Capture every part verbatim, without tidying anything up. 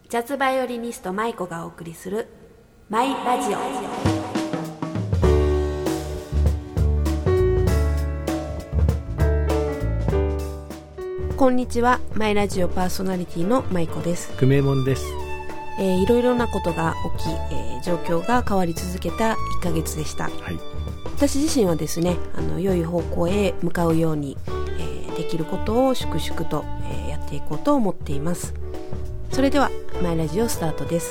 ジャズバイオリニスト舞子がお送りするマイラジオ。こんにちは、マイラジオパーソナリティの舞子です。 久米門です。 えー、いろいろなことが起き、えー、状況が変わり続けたいっかげつでした。 はい、 私自身はですね、あの良い方向へ向かうように、えー、できることを粛々と、えー、やっていこうと思っています。それではマイラジオスタートです。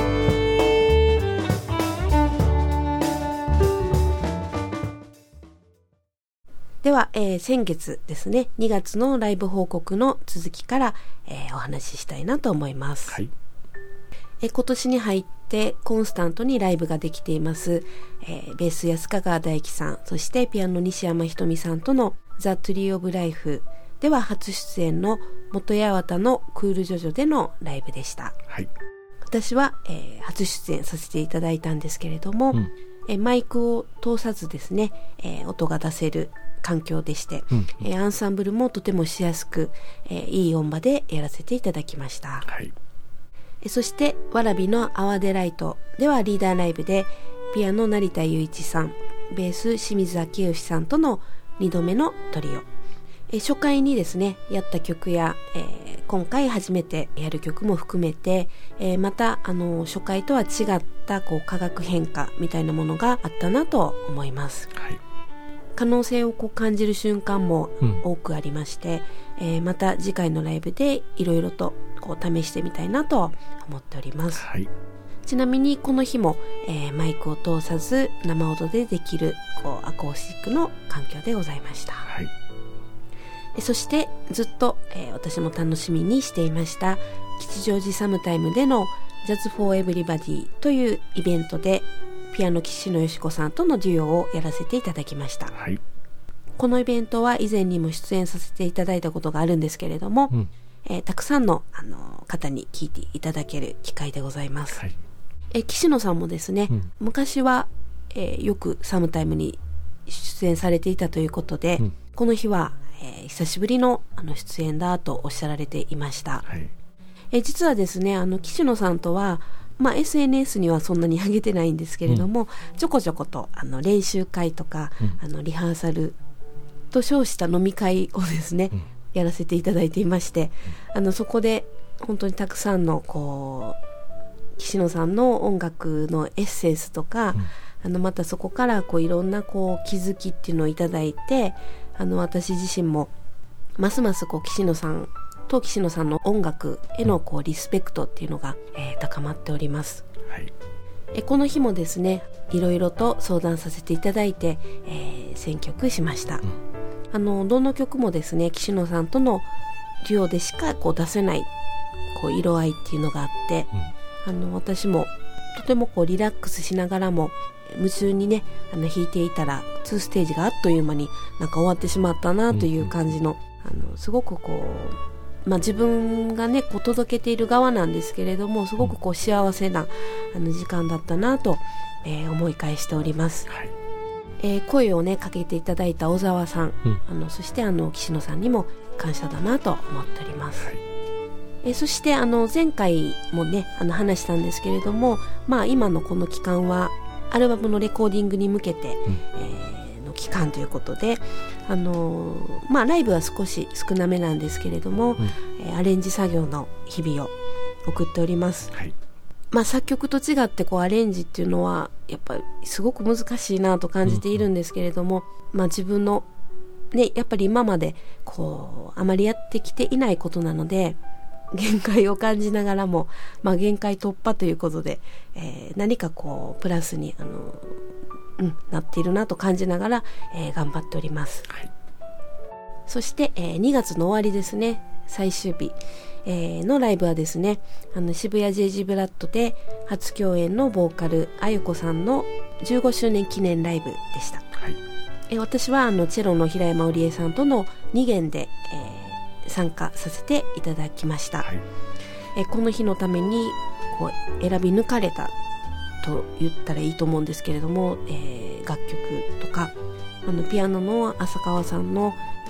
では、えー、先月ですね、にがつのライブ報告の続きから、えー、お話ししたいなと思います。 はい、 え今年に入ってコンスタントにライブができています、えー、ベース安川大樹さん、そしてピアノ西山ひとみさんとのザ・トゥリー・オブ・ライフでは初出演の元八幡のクールジョジョでのライブでした。 はい、 私は、えー、初出演させていただいたんですけれども、うんえー、マイクを通さずですね、えー、音が出せる環境でして、うんうんえー、アンサンブルもとてもしやすく、えー、いい音場でやらせていただきました。 はいそしてわらびのアワデライトではリーダーライブでピアノ成田雄一さん、ベース清水明義さんとのにどめのトリオ。え初回にですねやった曲や、えー、今回初めてやる曲も含めて、えー、またあの初回とは違ったこう化学変化みたいなものがあったなと思います。 はい、 可能性をこう感じる瞬間も多くありまして、うんえー、また次回のライブでいろいろとこう試してみたいなと思っております。 はい、 ちなみにこの日も、えー、マイクを通さず生音でできるこうアコースティックの環境でございました。 はい、 そしてずっと、えー、私も楽しみにしていました吉祥寺サムタイムでのジャズフォーエブリバディというイベントでピアノ岸野よし子さんとのデュオをやらせていただきました。 はい、 このイベントは以前にも出演させていただいたことがあるんですけれども、うんえー、たくさんの、あの方に聞いていただける機会でございます。 はいえー、岸野さんもですね、うん、昔は、えー、よくサムタイムに出演されていたということで、うん、この日は、えー、久しぶりの、あの出演だとおっしゃられていました。 はいえー、実はですねあの岸野さんとはまあ、エスエヌエス にはそんなに上げてないんですけれども、うん、ちょこちょことあの練習会とか、うん、あのリハーサルと称した飲み会をですね、うん、やらせていただいていまして、うん、あのそこで本当にたくさんのこう岸野さんの音楽のエッセンスとか、うん、あのまたそこからこういろんなこう気づきっていうのをいただいて、あの私自身もますますこう岸野さんと岸野さんの音楽へのこうリスペクトっていうのが、えー、高まっております。 はい、 えこの日もですねいろいろと相談させていただいて、えー、選曲しました。うん、あのどの曲もですね岸野さんとのデュオでしかこう出せないこう色合いっていうのがあって、うん、あの私もとてもこうリラックスしながらも夢中にねあの弾いていたらにステージがあっという間になんか終わってしまったなという感じの、うんうん、あのすごくこうまあ、自分がねこう届けている側なんですけれどもすごくこう幸せなあの時間だったなと、えー、思い返しております。 はいえー、声をねかけていただいた小沢さん、うん、あのそしてあの岸野さんにも感謝だなと思っております。はいえー、そしてあの前回もねあの話したんですけれども、まあ、今のこの期間はアルバムのレコーディングに向けて、うんえー期間ということで、あのーまあ、ライブは少し少なめなんですけれども、うんえー、アレンジ作業の日々を送っております。 はいまあ、作曲と違ってこうアレンジっていうのはやっぱりすごく難しいなと感じているんですけれども、うんまあ、自分の、ね、やっぱり今までこうあまりやってきていないことなので限界を感じながらも、まあ、限界突破ということで、えー、何かこうプラスにあのうん、なっているなと感じながら、えー、頑張っております。 はい、 そして、えー、にがつの終わりですね最終日、えー、のライブはですねあの渋谷 ジェイジー ブラッドで初共演のボーカルあゆこさんのじゅうごしゅうねん記念ライブでした。 はいえー、私はあのチェロの平山織江さんとのに弦で、えー、参加させていただきました。 はいえー、この日のためにこう選び抜かれたと言ったらいいと思うんですけれども、えー、楽曲とかあのピアノの浅川さんの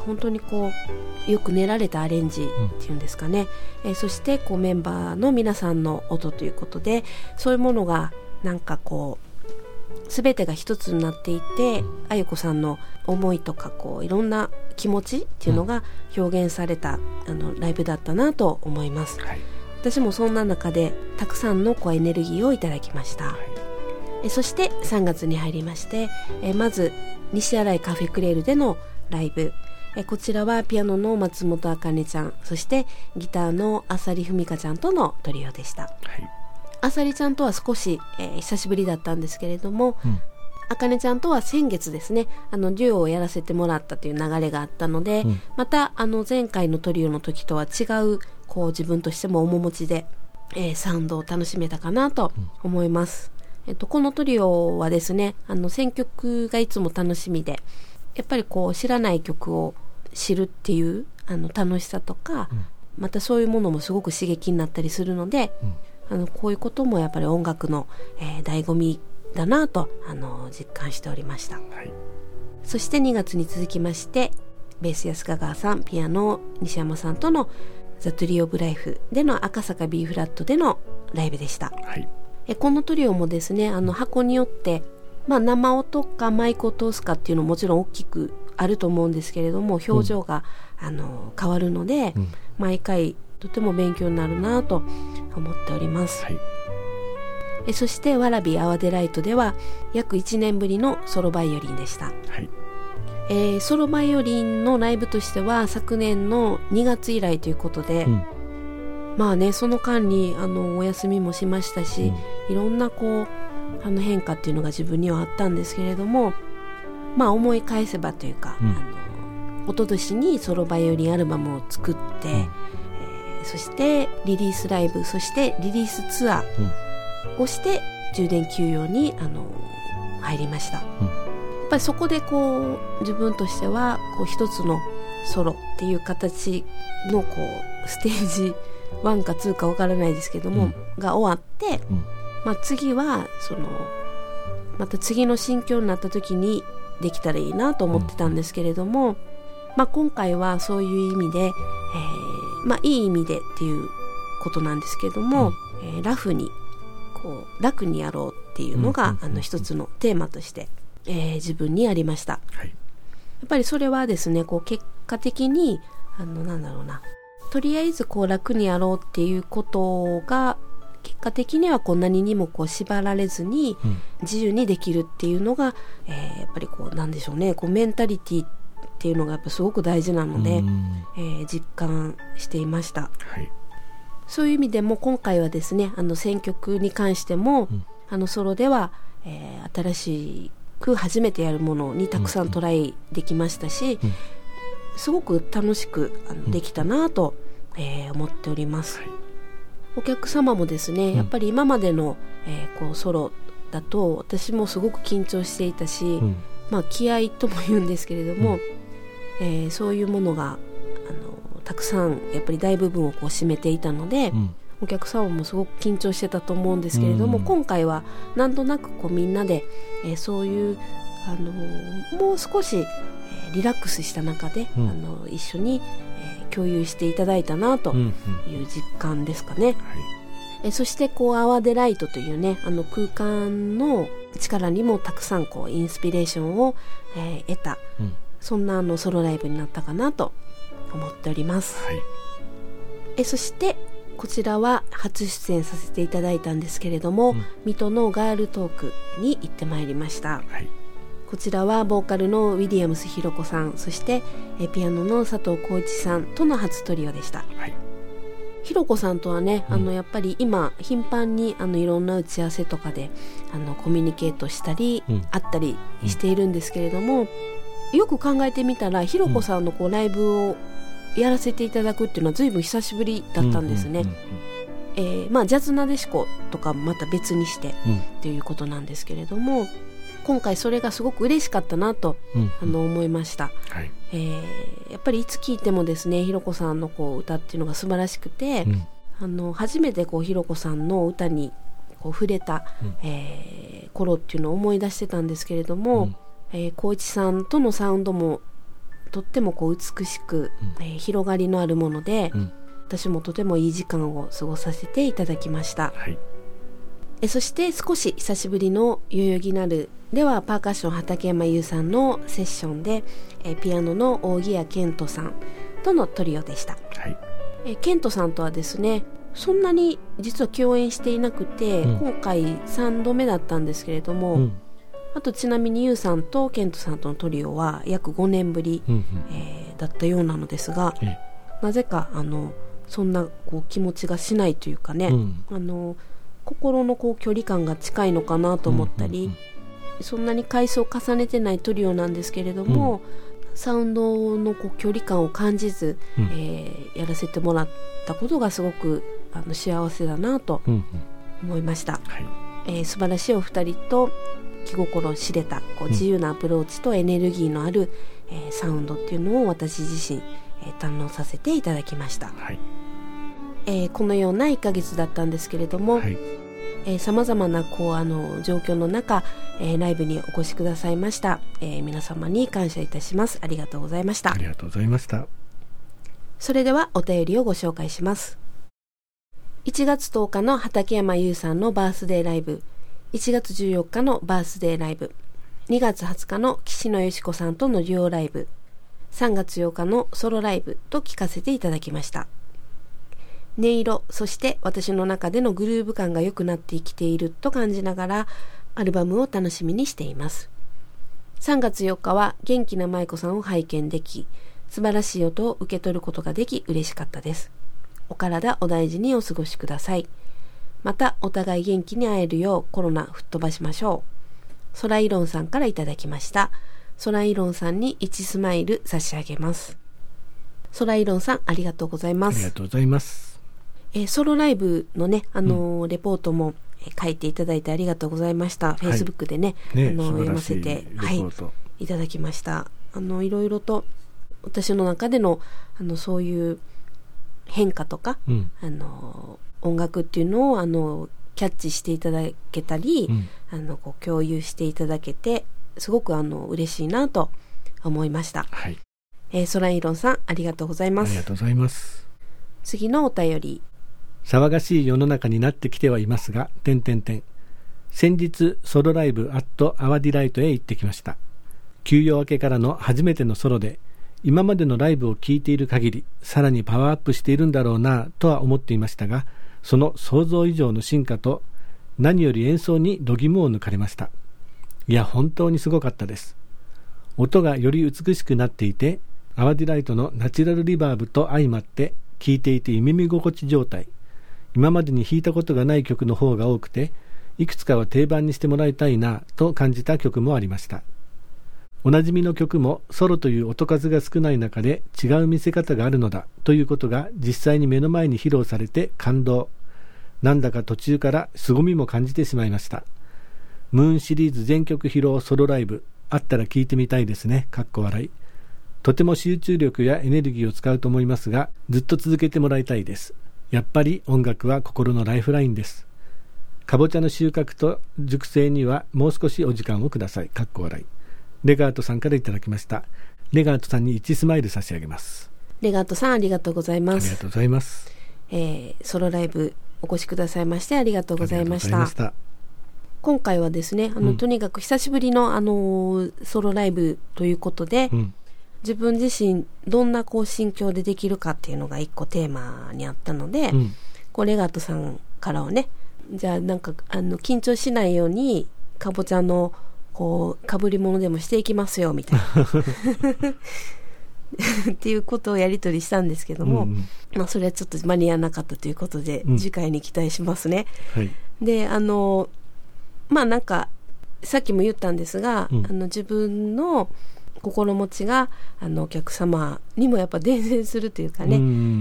本当にこうよく練られたアレンジっていうんですかね、うん、えー、そしてこうメンバーの皆さんの音ということで、そういうものがなんかこう全てが一つになっていて、あゆこさんの思いとかこういろんな気持ちっていうのが表現された、うん、あのライブだったなと思います、はい、私もそんな中でたくさんのこうエネルギーをいただきました、はい、えそしてさんがつに入りまして、えまず西新井カフェクレールでのライブ、えこちらはピアノの松本あかねちゃん、そしてギターの浅利文香ちゃんとのトリオでした、はい、あさりちゃんとは少し、えー、久しぶりだったんですけれども、うん、あかねちゃんとは先月ですね、あのデュオをやらせてもらったという流れがあったので、うん、またあの前回のトリオの時とは違うこう自分としても面持ちで、えー、サウンドを楽しめたかなと思います、うん、えっと、このトリオはですね、あの選曲がいつも楽しみで、やっぱりこう知らない曲を知るっていうあの楽しさとか、うん、またそういうものもすごく刺激になったりするので、うん、あのこういうこともやっぱり音楽の、えー、醍醐味だなとあの実感しておりました、はい、そしてにがつに続きましてベース安川さん、ピアノ西山さんとのザ・トリオ・オブ・ライフでの赤坂 B フラットでのライブでした、はい、えこのトリオもですね、あの箱によって、まあ、生音かマイクを通すかっていうのももちろん大きくあると思うんですけれども、表情が、うん、あの変わるので、うん、毎回とても勉強になるなと思っております、はい、えそしてわらびアワデライトでは約いちねんぶりのソロバイオリンでした、はい、えー、ソロバイオリンのライブとしては昨年のにがつ以来ということで、うん、まあね、その間にあのお休みもしましたし、うん、いろんなこうあの変化っていうのが自分にはあったんですけれども、まあ思い返せばというか、うん、あの一昨年にソロバイオリンアルバムを作って、うん、えー、そしてリリースライブ、そしてリリースツアーをして充電休養にあの入りました、うん、やっぱりそこでこう自分としてはこう一つのソロっていう形のこうステージワンかツーかわからないですけども、うん、が終わって、うん、まあ、次はそのまた次の心境になった時にできたらいいなと思ってたんですけれども、うん、まあ、今回はそういう意味で、えーまあ、いい意味でっていうことなんですけども、うん、えー、ラフにこう楽にやろうっていうのが、うん、あの一つのテーマとして、えー、自分にありました、はい、やっぱりそれはですね、こう結果的にあのなんだろうな、とりあえずこう楽にやろうっていうことが結果的にはこう何にもこう縛られずに自由にできるっていうのが、うん、えー、やっぱりこうなんでしょうね、こうメンタリティっていうのがやっぱすごく大事なので、えー、実感していました、はい、そういう意味でも今回はですね、あの選曲に関しても、うん、あのソロでは、えー、新しく初めてやるものにたくさんトライできましたし、うんうん、すごく楽しくあのできたなと、うん、えー、思っております、はい、お客様もですね、やっぱり今までの、えー、こうソロだと私もすごく緊張していたし、うん、まあ、気合とも言うんですけれども、うん、えー、そういうものがあのたくさんやっぱり大部分をこう占めていたので、うん、お客様もすごく緊張してたと思うんですけれども、うん、今回はなんとなくこうみんなで、えー、そういうあのもう少し、えー、リラックスした中で、うん、あの一緒に、えー、共有していただいたなという実感ですかね、うんうん、はい、えー、そしてこうアワーデライトというね、あの空間の力にもたくさんこうインスピレーションを、えー、得た、うん、そんなあのソロライブになったかなと思っております、はい、えそしてこちらは初出演させていただいたんですけれども、うん、水戸のガールトークに行ってまいりました、はい、こちらはボーカルのウィリアムスひろこさん、そしてえピアノの佐藤浩一さんとの初トリオでした、はい、ひろこさんとはね、うん、あのやっぱり今頻繁にあのいろんな打ち合わせとかであのコミュニケートしたり、うん、会ったりしているんですけれども、うん、よく考えてみたらひろこさんのこうライブをやらせていただくっていうのは随分久しぶりだったんですね、うんうんうんうん、えーまあ、ジャズなでしことかまた別にして、うん、っていうことなんですけれども、今回それがすごく嬉しかったなと、うんうん、あの思いました、はい、えー、やっぱりいつ聴いてもですね、ひろこさんのこう歌っていうのが素晴らしくて、うん、あの初めてこうひろこさんの歌にこう触れた、うん、えー、頃っていうのを思い出してたんですけれども、うん、えー、光一さんとのサウンドもとってもこう美しく、うん、えー、広がりのあるもので、うん、私もとてもいい時間を過ごさせていただきました、はい、えそして少し久しぶりの代々木なるではパーカッション畠山優さんのセッションで、えピアノの扇谷健人さんとのトリオでした、はい、え健人さんとはですねそんなに実は共演していなくて、うん、今回さんどめだったんですけれども、うん、あとちなみに優さんと健人さんとのトリオは約ごねんぶり、うんうん、えー、だったようなのですが、うん、なぜかあのそんなこう気持ちがしないというかね、うん、あの心のこう距離感が近いのかなと思ったり、うんうんうん、そんなに回数を重ねてないトリオなんですけれども、うん、サウンドのこう距離感を感じず、うん、えー、やらせてもらったことがすごくあの幸せだなと思いました、うんうん、はい、えー、素晴らしいお二人と気心知れたこう自由なアプローチとエネルギーのある、うん、えー、サウンドっていうのを私自身、えー、堪能させていただきました、はい、えー、このようないっかげつだったんですけれども、さまざまなこうあの状況の中、えー、ライブにお越しくださいました、えー、皆様に感謝いたします。ありがとうございました。 ありがとうございました。 それではお便りをご紹介します。いちがつとおかの畠山優さんのバースデーライブ、いちがつじゅうよっかのバースデーライブ、にがつはつかの岸野よし子さんとのデュオライブ、さんがつようかのソロライブと聞かせていただきました。音色、そして私の中でのグルーヴ感が良くなってきていると感じながらアルバムを楽しみにしています。さんがつよっかは元気な舞子さんを拝見でき、素晴らしい音を受け取ることができ嬉しかったです。お体お大事にお過ごしください。またお互い元気に会えるようコロナ吹っ飛ばしましょう。ソライロンさんからいただきました。ソライロンさんにいちスマイル差し上げます。ソライロンさんありがとうございます。 ありがとうございます。 えー、ソロライブのね、あのーうん、レポートも、えー、書いていただいてありがとうございました。フェイスブックでね、ね、あのー、読ませて、はい、いただきました。あのいろいろと私の中での、あのそういう変化とか、うん、あの音楽っていうのをあのキャッチしていただけたり、うん、あのこう共有していただけてすごくあの嬉しいなと思いました。はい、えー、ソライロンさんありがとうございます。 ありがとうございます。 次のお便り。 騒がしい世の中になってきてはいますが、点々点。先日ソロライブアットアワディライトへ行ってきました。休養明けからの初めてのソロで、今までのライブを聴いている限り、さらにパワーアップしているんだろうなとは思っていましたが、その想像以上の進化と、何より演奏に度肝を抜かれました。いや、本当にすごかったです。音がより美しくなっていて、アワディライトのナチュラルリバーブと相まって、聴いていて耳心地状態。今までに弾いたことがない曲の方が多くて、いくつかは定番にしてもらいたいなと感じた曲もありました。おなじみの曲もソロという音数が少ない中で違う見せ方があるのだということが実際に目の前に披露されて感動。なんだか途中から凄みも感じてしまいました。ムーンシリーズ全曲披露ソロライブ、あったら聴いてみたいですね。かっこ笑い。とても集中力やエネルギーを使うと思いますが、ずっと続けてもらいたいです。やっぱり音楽は心のライフラインです。かぼちゃの収穫と熟成にはもう少しお時間をください。かっこ笑い。レガートさんからいただきました。レガートさんにいちスマイル差し上げます。 レガートさんありがとうございます。 ありがとうございます。 えー、ソロライブお越しくださいましてありがとうございました。した。今回はですね、あの、うん、とにかく久しぶりの、あのー、ソロライブということで、うん、自分自身どんなこう心境でできるかっていうのが一個テーマにあったので、うん、こうレガートさんからはね、じゃあなんかあの緊張しないようにかぼちゃのこうかぶり物でもしていきますよみたいなっていうことをやり取りしたんですけども、うんうん、まあそれはちょっと間に合わなかったということで、うん、次回に期待しますね。はい、であのまあなんかさっきも言ったんですが、うん、あの自分の心持ちがあのお客様にもやっぱ伝染するというかね、うん、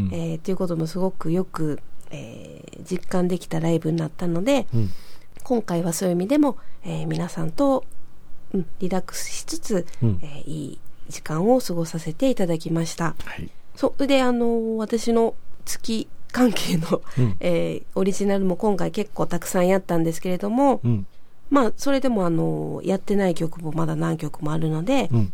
えー、ということもすごくよく、えー、実感できたライブになったので、うん、今回はそういう意味でも、えー、皆さんと、うん、リラックスしつつ、うん、えー、いい時間を過ごさせていただきました。はい、それであの私の月関係の、うん、えー、オリジナルも今回結構たくさんやったんですけれども、うん、まあそれでもあのやってない曲もまだ何曲もあるので、うん、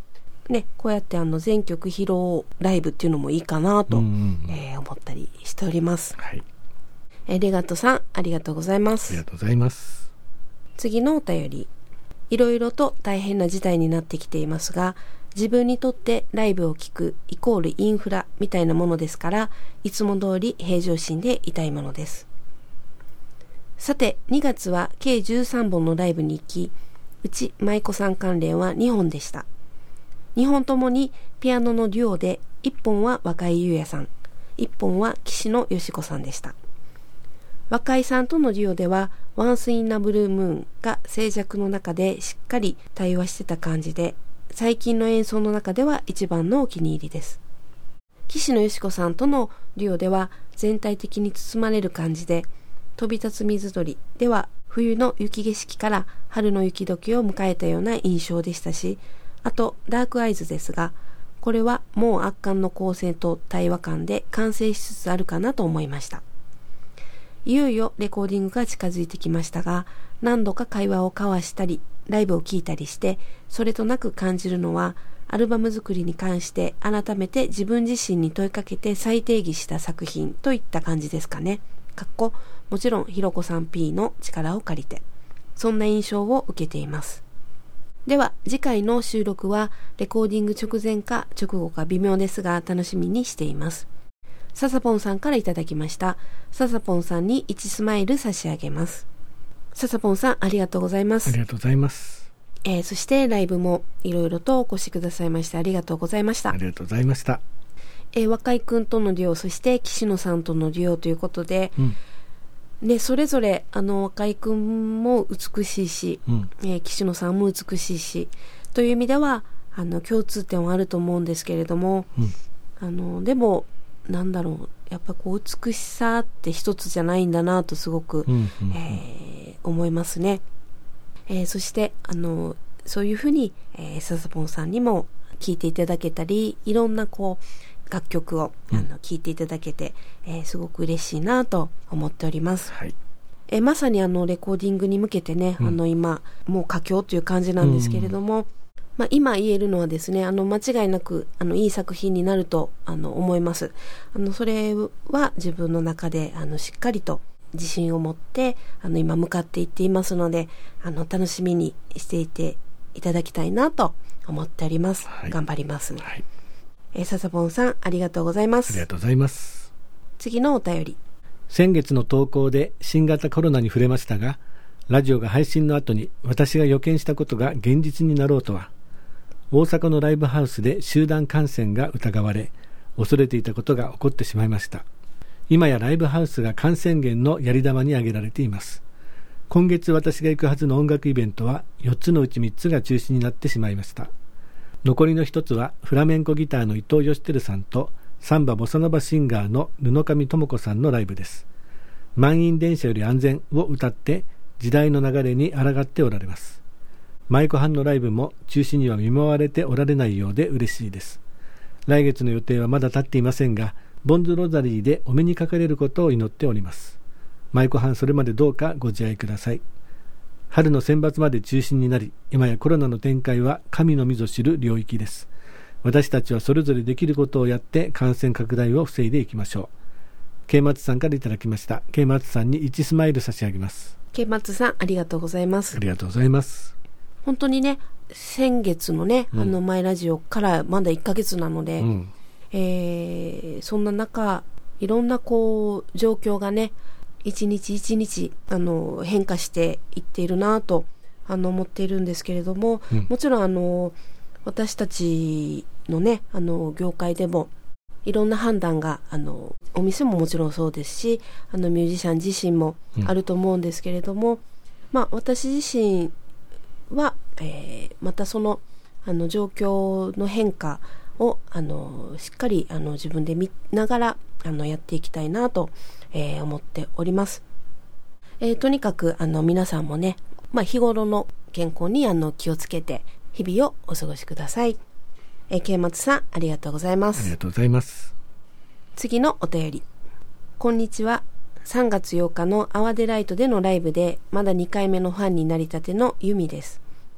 ね、こうやってあの全曲披露ライブっていうのもいいかなと、うんうんうん、えー、思ったりしております。 はい、 えー、レガットさんありがとうございます。 ありがとうございます。 次のお便り、いろいろと大変な事態になってきていますが、自分にとってライブを聴くイコールインフラみたいなものですから、いつも通り平常心でいたいものです。さてにがつは計じゅうさんぼんのライブに行き、うち舞妓さん関連はにほんでした。にほんともにピアノのデュオで、いっぽんは若井優也さん、いっぽんは岸野よし子さんでした。若井さんとのデュオではワンスインナブルームーンが静寂の中でしっかり対話してた感じで、最近の演奏の中では一番のお気に入りです。岸野よし子さんとのデュオでは全体的に包まれる感じで、飛び立つ水鳥では冬の雪景色から春の雪解けを迎えたような印象でしたし、あとダークアイズですが、これはもう圧巻の構成と対話感で完成しつつあるかなと思いました。いよいよレコーディングが近づいてきましたが、何度か会話を交わしたりライブを聴いたりして、それとなく感じるのは、アルバム作りに関して改めて自分自身に問いかけて再定義した作品といった感じですかね。かっこもちろんひろこさん P の力を借りて、そんな印象を受けています。では次回の収録はレコーディング直前か直後か微妙ですが楽しみにしています。ササポンさんからいただきました。ササポンさんにいちスマイル差し上げます。ササポンさんありがとうございます。 ありがとうございます。 えー、そしてライブもいろいろとお越しくださいましてありがとうございました。 ありがとうございました。 えー、若井くんとのデュオ、そして岸野さんとのデュオということで、うんね、それぞれあの若井くんも美しいし、うんえー、岸野さんも美しいしという意味ではあの共通点はあると思うんですけれども、うん、あのでもなんだろう、やっぱこう美しさって一つじゃないんだなとすごく、うんうんうんえー、思いますね。えー、そしてあのそういうふうに、えー、ササポンさんにも聴いていただけたり、いろんなこう楽曲をあの聴いていただけて、えー、すごく嬉しいなと思っております。 はいえー、まさにあのレコーディングに向けてね、うん、あの今もう佳境という感じなんですけれども、うんまあ、今言えるのはですね、あの間違いなくあのいい作品になるとあの思います。あのそれは自分の中であのしっかりと自信を持ってあの今向かっていっていますので、あの楽しみにしていていただきたいなと思っております。はい、頑張ります。はいえー、ササポンさんありがとうございます。 ありがとうございます。 次のお便り、 先月の投稿で新型コロナに触れましたが、ラジオが配信の後に私が予見したことが現実になろうとは。大阪のライブハウスで集団感染が疑われ、恐れていたことが起こってしまいました。今やライブハウスが感染源のやり玉に挙げられています。今月私が行くはずの音楽イベントはよっつのうちみっつが中止になってしまいました。残りのひとつはフラメンコギターの伊藤義輝さんとサンバボサノバシンガーの布上智子さんのライブです。満員電車より安全を歌って時代の流れに抗っておられます。舞妓班のライブも中止には見舞われておられないようで嬉しいです。来月の予定はまだ立っていませんが、ボンズロザリーでお目にかかれることを祈っております。舞妓班それまでどうかご自愛ください。春の選抜まで中止になり、今やコロナの展開は神のみぞ知る領域です。私たちはそれぞれできることをやって感染拡大を防いでいきましょう。K松さんからいただきました。K松さんにいちスマイル差し上げます。 K松さんありがとうございます。 ありがとうございます。 本当にね、先月のね、うん、あのマイラジオからまだいっかげつなので、うんえー、そんな中いろんなこう状況がね一日一日あの変化していっているなとあの思っているんですけれども、うん、もちろんあの私たちのねあの業界でもいろんな判断があのお店ももちろんそうですし、あのミュージシャン自身もあると思うんですけれども、うんまあ、私自身は、えー、またその、あの状況の変化をあのしっかりあの自分で見ながらあのやっていきたいなと、えー、思っております。えー、とにかくあの皆さんもね、まあ、日頃の健康にあの気をつけて日々をお過ごしください。えー、K松さんありがとうございます。 ありがとうございます。 次のお便り、こんにちは。さんがつようかのアワデライトでのライブでまだにかいめのファンになりたてのユミです。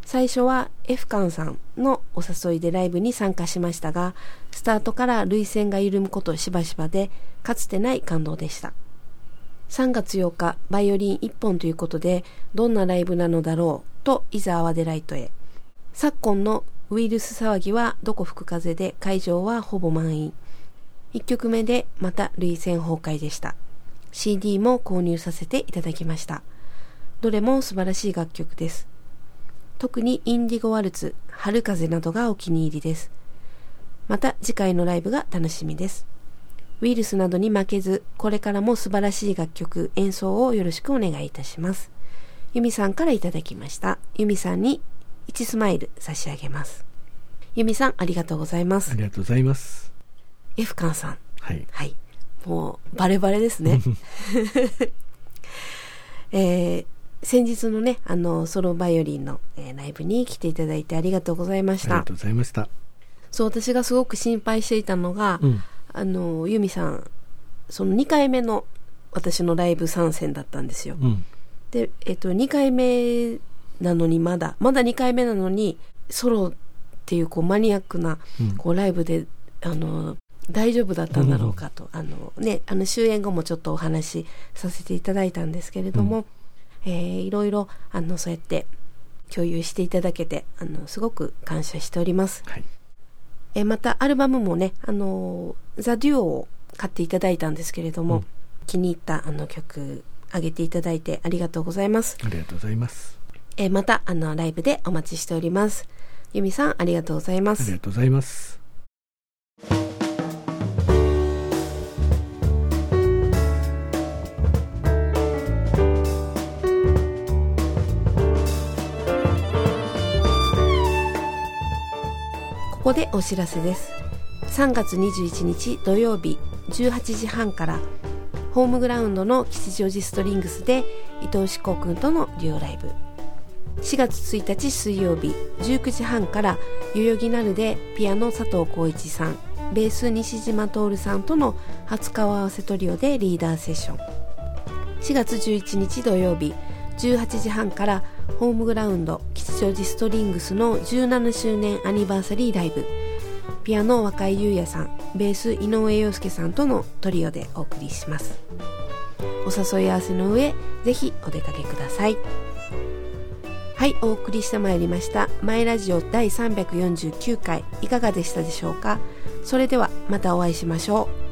最初は F 館さんのお誘いでライブに参加しましたが、スタートから涙腺が緩むことしばしばで、かつてない感動でした。さんがつようか、バイオリンいっぽんということで、どんなライブなのだろうと、いざアワデライトへ。昨今のウイルス騒ぎはどこ吹く風で、会場はほぼ満員。いっきょくめでまた涙腺崩壊でした。シーディー も購入させていただきました。どれも素晴らしい楽曲です。特にインディゴワルツ、春風などがお気に入りです。また次回のライブが楽しみです。ウイルスなどに負けず、これからも素晴らしい楽曲、演奏をよろしくお願いいたします。ユミさんからいただきました。ユミさんにいちスマイル差し上げます。ユミさん、ありがとうございます。 ありがとうございます。 F 館さん。 はい。 はい。もう、バレバレですね。えー、先日のね、あの、ソロバイオリンの、えー、ライブに来ていただいてありがとうございました。 ありがとうございました。 そう、私がすごく心配していたのが、 うんあのユミさんそのにかいめの私のライブ参戦だったんですよ、 うん、 で、えっと、にかいめなのにまだまだにかいめなのにソロっていう、こうマニアックなこうライブで、あの大丈夫だったんだろうかと、うん、あのね、あの終演後もちょっとお話しさせていただいたんですけれども、うん、えー、いろいろあのそうやって共有していただけて、あのすごく感謝しております、 はい。 えまたアルバムもね、あのザ・デュオを買っていただいたんですけれども、うん、気に入ったあの曲あげていただいてありがとうございます。 ありがとうございます。 えまたあのライブでお待ちしております。ユミさん、ありがとうございます。 ありがとうございます。 ここでお知らせです。さんがつにじゅういちにち土曜日じゅうはちじはんからホームグラウンドの吉祥寺ストリングスで伊藤志功くんとのデュオライブ。しがつついたち水曜日じゅうくじはんから代々木なるでピアノ佐藤浩一さん、ベース西島徹さんとの初顔合わせトリオでリーダーセッション。しがつじゅういちにち土曜日じゅうはちじはんからホームグラウンド吉祥寺ストリングスのじゅうななしゅうねんアニバーサリーライブ。ピアノ若井優也さん、ベース井上陽介さんとのトリオでお送りします。お誘い合わせの上、ぜひお出かけください。はい、お送りしてまいりましたマイラジオだいさんびゃくよんじゅうきゅうかい、いかがでしたでしょうか。それではまたお会いしましょう。